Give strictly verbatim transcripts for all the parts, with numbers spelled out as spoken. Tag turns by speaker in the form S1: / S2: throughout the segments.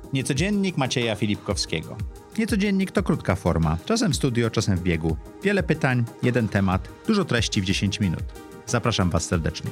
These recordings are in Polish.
S1: Niecodziennik Macieja Filipkowskiego. Niecodziennik to krótka forma, czasem w studio, czasem w biegu. Wiele pytań, jeden temat, dużo treści w dziesięć minut. Zapraszam Was serdecznie.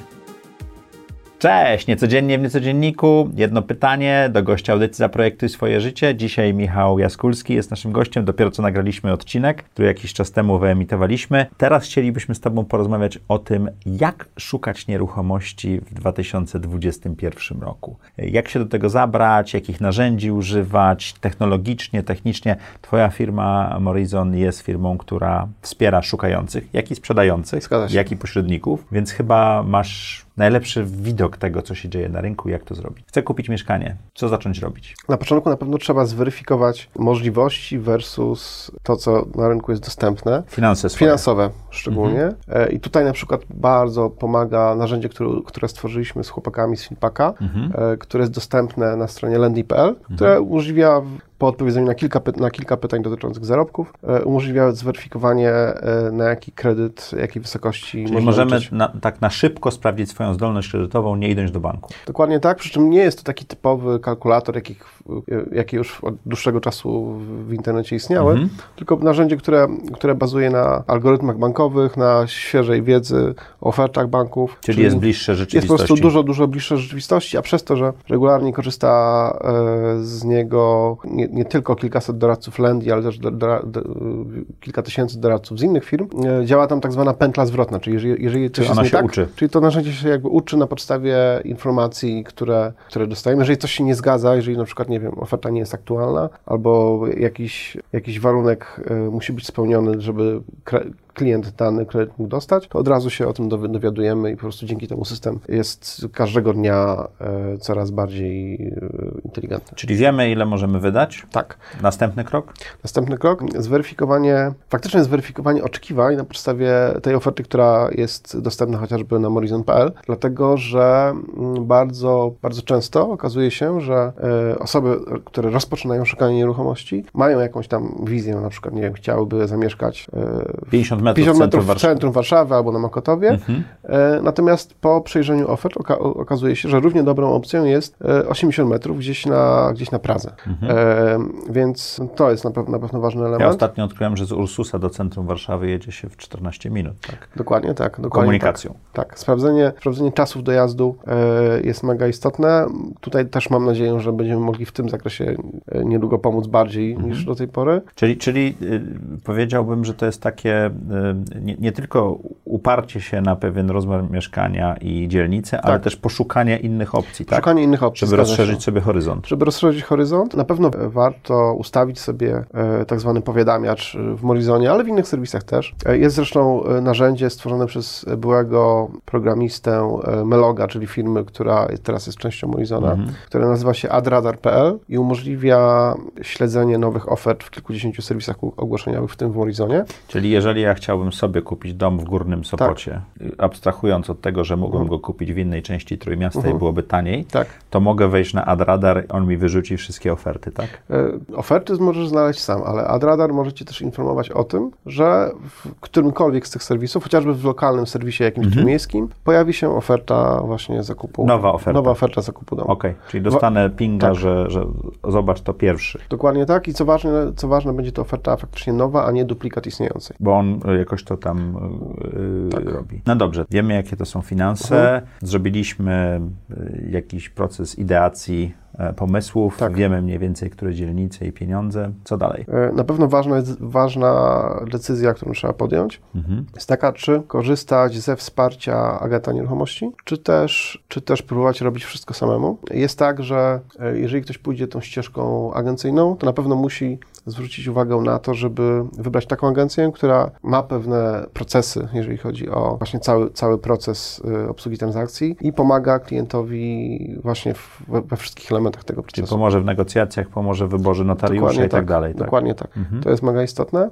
S1: Cześć, niecodziennie w Niecodzienniku. Jedno pytanie do gościa audycji Zaprojektuj swoje życie. Dzisiaj Michał Jaskulski jest naszym gościem. Dopiero co nagraliśmy odcinek, który jakiś czas temu wyemitowaliśmy. Teraz chcielibyśmy z Tobą porozmawiać o tym, jak szukać nieruchomości w dwa tysiące dwudziestym pierwszym roku. Jak się do tego zabrać, jakich narzędzi używać technologicznie, technicznie. Twoja firma Morizon jest firmą, która wspiera szukających, jak i sprzedających, jak i pośredników, więc chyba masz najlepszy widok tego, co się dzieje na rynku, jak to zrobić. Chcę kupić mieszkanie. Co zacząć robić?
S2: Na początku na pewno trzeba zweryfikować możliwości versus to, co na rynku jest dostępne.
S1: Finanse swoje.
S2: Finansowe szczególnie. Mhm. I tutaj na przykład bardzo pomaga narzędzie, które, które stworzyliśmy z chłopakami z Finpaka, mhm. które jest dostępne na stronie lendy kropka p l, mhm. które umożliwia po odpowiedzeniu na kilka, na kilka pytań dotyczących zarobków, e, umożliwia zweryfikowanie, e, na jaki kredyt, jakiej wysokości
S1: Czyli możemy na, tak na szybko sprawdzić swoją zdolność kredytową, nie idąc do banku.
S2: Dokładnie tak, przy czym nie jest to taki typowy kalkulator, jaki, jaki już od dłuższego czasu w internecie istniały, mhm. tylko narzędzie, które, które bazuje na algorytmach bankowych, na świeżej wiedzy o ofertach banków.
S1: Czyli, czyli jest bliższe rzeczywistości.
S2: Jest po prostu dużo, dużo bliższe rzeczywistości, a przez to, że regularnie korzysta e, z niego nie, nie tylko kilkaset doradców Lendy, ale też do, do, do, kilka tysięcy doradców z innych firm, e, działa tam tak zwana pętla zwrotna, czyli jeżeli, jeżeli coś jest nie tak, uczy. Czyli to narzędzie się jakby uczy na podstawie informacji, które, które dostajemy. Jeżeli coś się nie zgadza, jeżeli na przykład, nie wiem, oferta nie jest aktualna, albo jakiś, jakiś warunek e, musi być spełniony, żeby kre, klient dany kredyt mógł dostać, to od razu się o tym dowiadujemy i po prostu dzięki temu system jest każdego dnia e, coraz bardziej e, inteligentny.
S1: Czyli wiemy, ile możemy wydać?
S2: Tak.
S1: Następny krok?
S2: Następny krok, zweryfikowanie, faktyczne zweryfikowanie oczekiwań na podstawie tej oferty, która jest dostępna chociażby na morizon kropka p l, dlatego, że bardzo, bardzo często okazuje się, że e, osoby, które rozpoczynają szukanie nieruchomości, mają jakąś tam wizję, na przykład, nie wiem, chciałyby zamieszkać e,
S1: pięćdziesiąt metrów,
S2: pięćdziesiąt metrów
S1: w
S2: centrum Warszawy albo na Mokotowie. Mhm. E, natomiast po przejrzeniu ofert oka okazuje się, że równie dobrą opcją jest e, osiemdziesiąt metrów gdzieś na, gdzieś na Pradze. Mhm. E, więc to jest na, pe na pewno ważny element.
S1: Ja ostatnio odkryłem, że z Ursusa do centrum Warszawy jedzie się w czternaście minut. Tak?
S2: Dokładnie tak. Dokładnie
S1: Komunikacją.
S2: Tak. tak. Sprawdzenie, sprawdzenie czasów dojazdu e, jest mega istotne. Tutaj też mam nadzieję, że będziemy mogli w tym zakresie e, niedługo pomóc bardziej mhm. niż do tej pory.
S1: Czyli, czyli y, powiedziałbym, że to jest takie Nie, nie tylko uparcie się na pewien rozmiar mieszkania i dzielnicy, tak. ale też poszukanie innych opcji, tak?
S2: Szukanie innych opcji.
S1: Żeby rozszerzyć sobie horyzont.
S2: Żeby rozszerzyć horyzont, na pewno warto ustawić sobie e, tak zwany powiadamiacz w Morizonie, ale w innych serwisach też. E, jest zresztą narzędzie stworzone przez byłego programistę e, Meloga, czyli firmy, która teraz jest częścią Morizona, mhm. które nazywa się adradar kropka p l i umożliwia śledzenie nowych ofert w kilkudziesięciu serwisach ogłoszeniowych, w tym w Morizonie.
S1: Czyli jeżeli ja chciałbym sobie kupić dom w Górnym Sopocie, tak. abstrahując od tego, że mógłbym uh-huh. go kupić w innej części Trójmiasta uh-huh. i byłoby taniej, tak. to mogę wejść na Adradar, on mi wyrzuci wszystkie oferty, tak?
S2: E, oferty możesz znaleźć sam, ale Adradar może Cię też informować o tym, że w którymkolwiek z tych serwisów, chociażby w lokalnym serwisie jakimś uh-huh. miejskim, pojawi się oferta właśnie zakupu.
S1: Nowa oferta.
S2: Nowa oferta zakupu domu.
S1: Okej, okay. czyli dostanę pinga, tak. że, że zobacz to pierwszy.
S2: Dokładnie tak i co ważne, co ważne, będzie to oferta faktycznie nowa, a nie duplikat istniejącej.
S1: Bo on jakoś to tam yy, tak. robi. No dobrze, wiemy, jakie to są finanse, mhm. zrobiliśmy jakiś proces ideacji pomysłów, tak. wiemy mniej więcej, które dzielnice i pieniądze. Co dalej?
S2: Na pewno ważna jest ważna decyzja, którą trzeba podjąć, mhm. jest taka, czy korzystać ze wsparcia agenta nieruchomości, czy też, czy też próbować robić wszystko samemu. Jest tak, że jeżeli ktoś pójdzie tą ścieżką agencyjną, to na pewno musi zwrócić uwagę na to, żeby wybrać taką agencję, która ma pewne procesy, jeżeli chodzi o właśnie cały, cały proces obsługi transakcji i pomaga klientowi właśnie w, we, we wszystkich elementach tego procesu.
S1: Czyli pomoże w negocjacjach, pomoże w wyborze notariusza dokładnie i tak, tak dalej.
S2: Dokładnie tak. tak. Mhm. To jest mega istotne.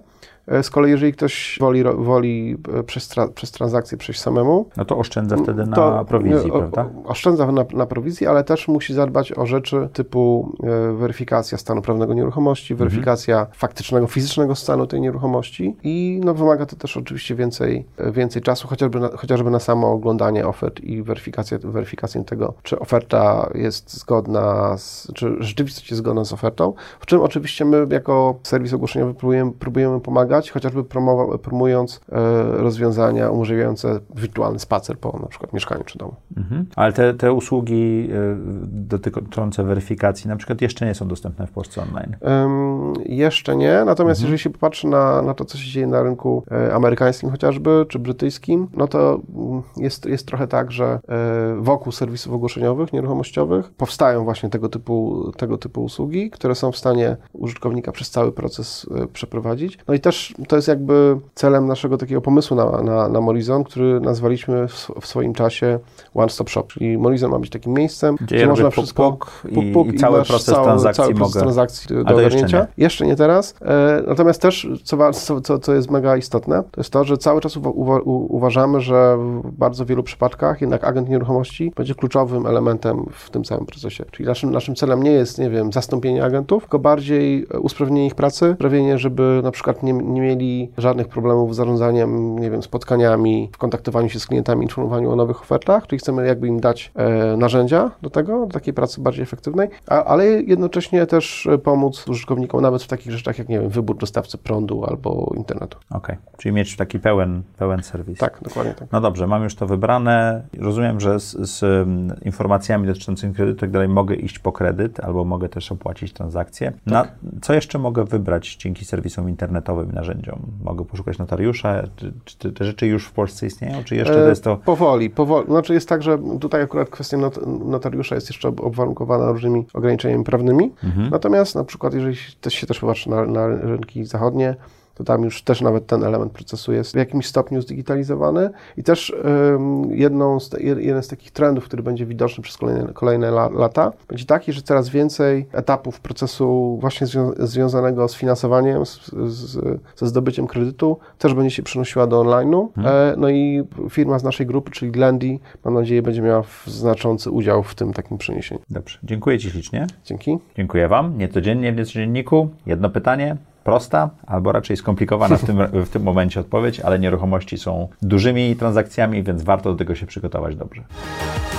S2: Z kolei, jeżeli ktoś woli, woli przez, tra, przez transakcję przejść samemu,
S1: no to oszczędza wtedy na to, prowizji, o, prawda?
S2: Oszczędza na, na prowizji, ale też musi zadbać o rzeczy typu e, weryfikacja stanu prawnego nieruchomości, mhm. weryfikacja faktycznego, fizycznego stanu tej nieruchomości i no, wymaga to też oczywiście więcej, więcej czasu, chociażby na, chociażby na samo oglądanie ofert i weryfikację, weryfikację tego, czy oferta jest zgodna, z, czy rzeczywistość jest zgodna z ofertą, w czym oczywiście my jako serwis ogłoszeniowy próbujemy, próbujemy pomagać, chociażby promował, promując e, rozwiązania umożliwiające wirtualny spacer po na przykład mieszkaniu czy domu.
S1: Mhm. Ale te, te usługi y, dotyczące weryfikacji na przykład jeszcze nie są dostępne w Polsce online?
S2: Um, jeszcze nie, natomiast mhm. jeżeli się popatrzy na, na to, co się dzieje na rynku e, amerykańskim chociażby, czy brytyjskim, no to jest, jest trochę tak, że e, wokół serwisów ogłoszeniowych, nieruchomościowych powstają właśnie tego typu, tego typu usługi, które są w stanie użytkownika przez cały proces e, przeprowadzić. No i też to jest jakby celem naszego takiego pomysłu na, na, na Morizon, który nazwaliśmy w, w swoim czasie One Stop Shop. Czyli Morizon ma być takim miejscem,
S1: gdzie,
S2: gdzie można
S1: puk,
S2: wszystko...
S1: Puk, i, puk, i cały proces cały, transakcji
S2: cały proces
S1: mogę...
S2: transakcji do
S1: A
S2: ogarnięcia.
S1: Jeszcze nie.
S2: jeszcze nie teraz. E, natomiast też, co, co, co jest mega istotne, to jest to, że cały czas uwa, uwa, uważamy, że w bardzo wielu przypadkach jednak agent nieruchomości będzie kluczowym elementem w tym całym procesie. Czyli naszym, naszym celem nie jest, nie wiem, zastąpienie agentów, tylko bardziej usprawnienie ich pracy, sprawienie, żeby na przykład nie, nie mieli żadnych problemów z zarządzaniem, nie wiem, spotkaniami, w kontaktowaniu się z klientami, informowaniu o nowych ofertach, czyli chcemy jakby im dać e, narzędzia do tego, do takiej pracy bardziej efektywnej, a, ale jednocześnie też pomóc użytkownikom nawet w takich rzeczach jak, nie wiem, wybór dostawcy prądu albo internetu.
S1: Okej, okay. Czyli mieć taki pełen, pełen serwis.
S2: Tak, dokładnie tak.
S1: No dobrze, mam już to wybrane. Rozumiem, że z, z informacjami dotyczącymi kredytu i tak dalej mogę iść po kredyt albo mogę też opłacić transakcję. Na, tak. Co jeszcze mogę wybrać dzięki serwisom internetowym i narzędziom? Mogę poszukać notariusza? Czy, czy te rzeczy już w Polsce istnieją? Czy jeszcze to jest to...
S2: E, powoli, powoli. Znaczy jest tak, że tutaj akurat kwestia not, notariusza jest jeszcze obwarunkowana różnymi ograniczeniami prawnymi. Mhm. Natomiast na przykład, jeżeli też się też popatrzy na, na rynki zachodnie, to tam już też nawet ten element procesu jest w jakimś stopniu zdigitalizowany i też um, jedną z, jeden z takich trendów, który będzie widoczny przez kolejne, kolejne la, lata, będzie taki, że coraz więcej etapów procesu właśnie zwią związanego z finansowaniem, z, z, ze zdobyciem kredytu też będzie się przenosiła do online'u. Hmm. E, no i firma z naszej grupy, czyli Glendy, mam nadzieję, będzie miała znaczący udział w tym takim przeniesieniu.
S1: Dobrze, dziękuję Ci ślicznie.
S2: Dzięki.
S1: Dziękuję Wam. Niecodziennie w Niecodzienniku jedno pytanie. Prosta, albo raczej skomplikowana w tym, w tym momencie odpowiedź, ale nieruchomości są dużymi transakcjami, więc warto do tego się przygotować dobrze.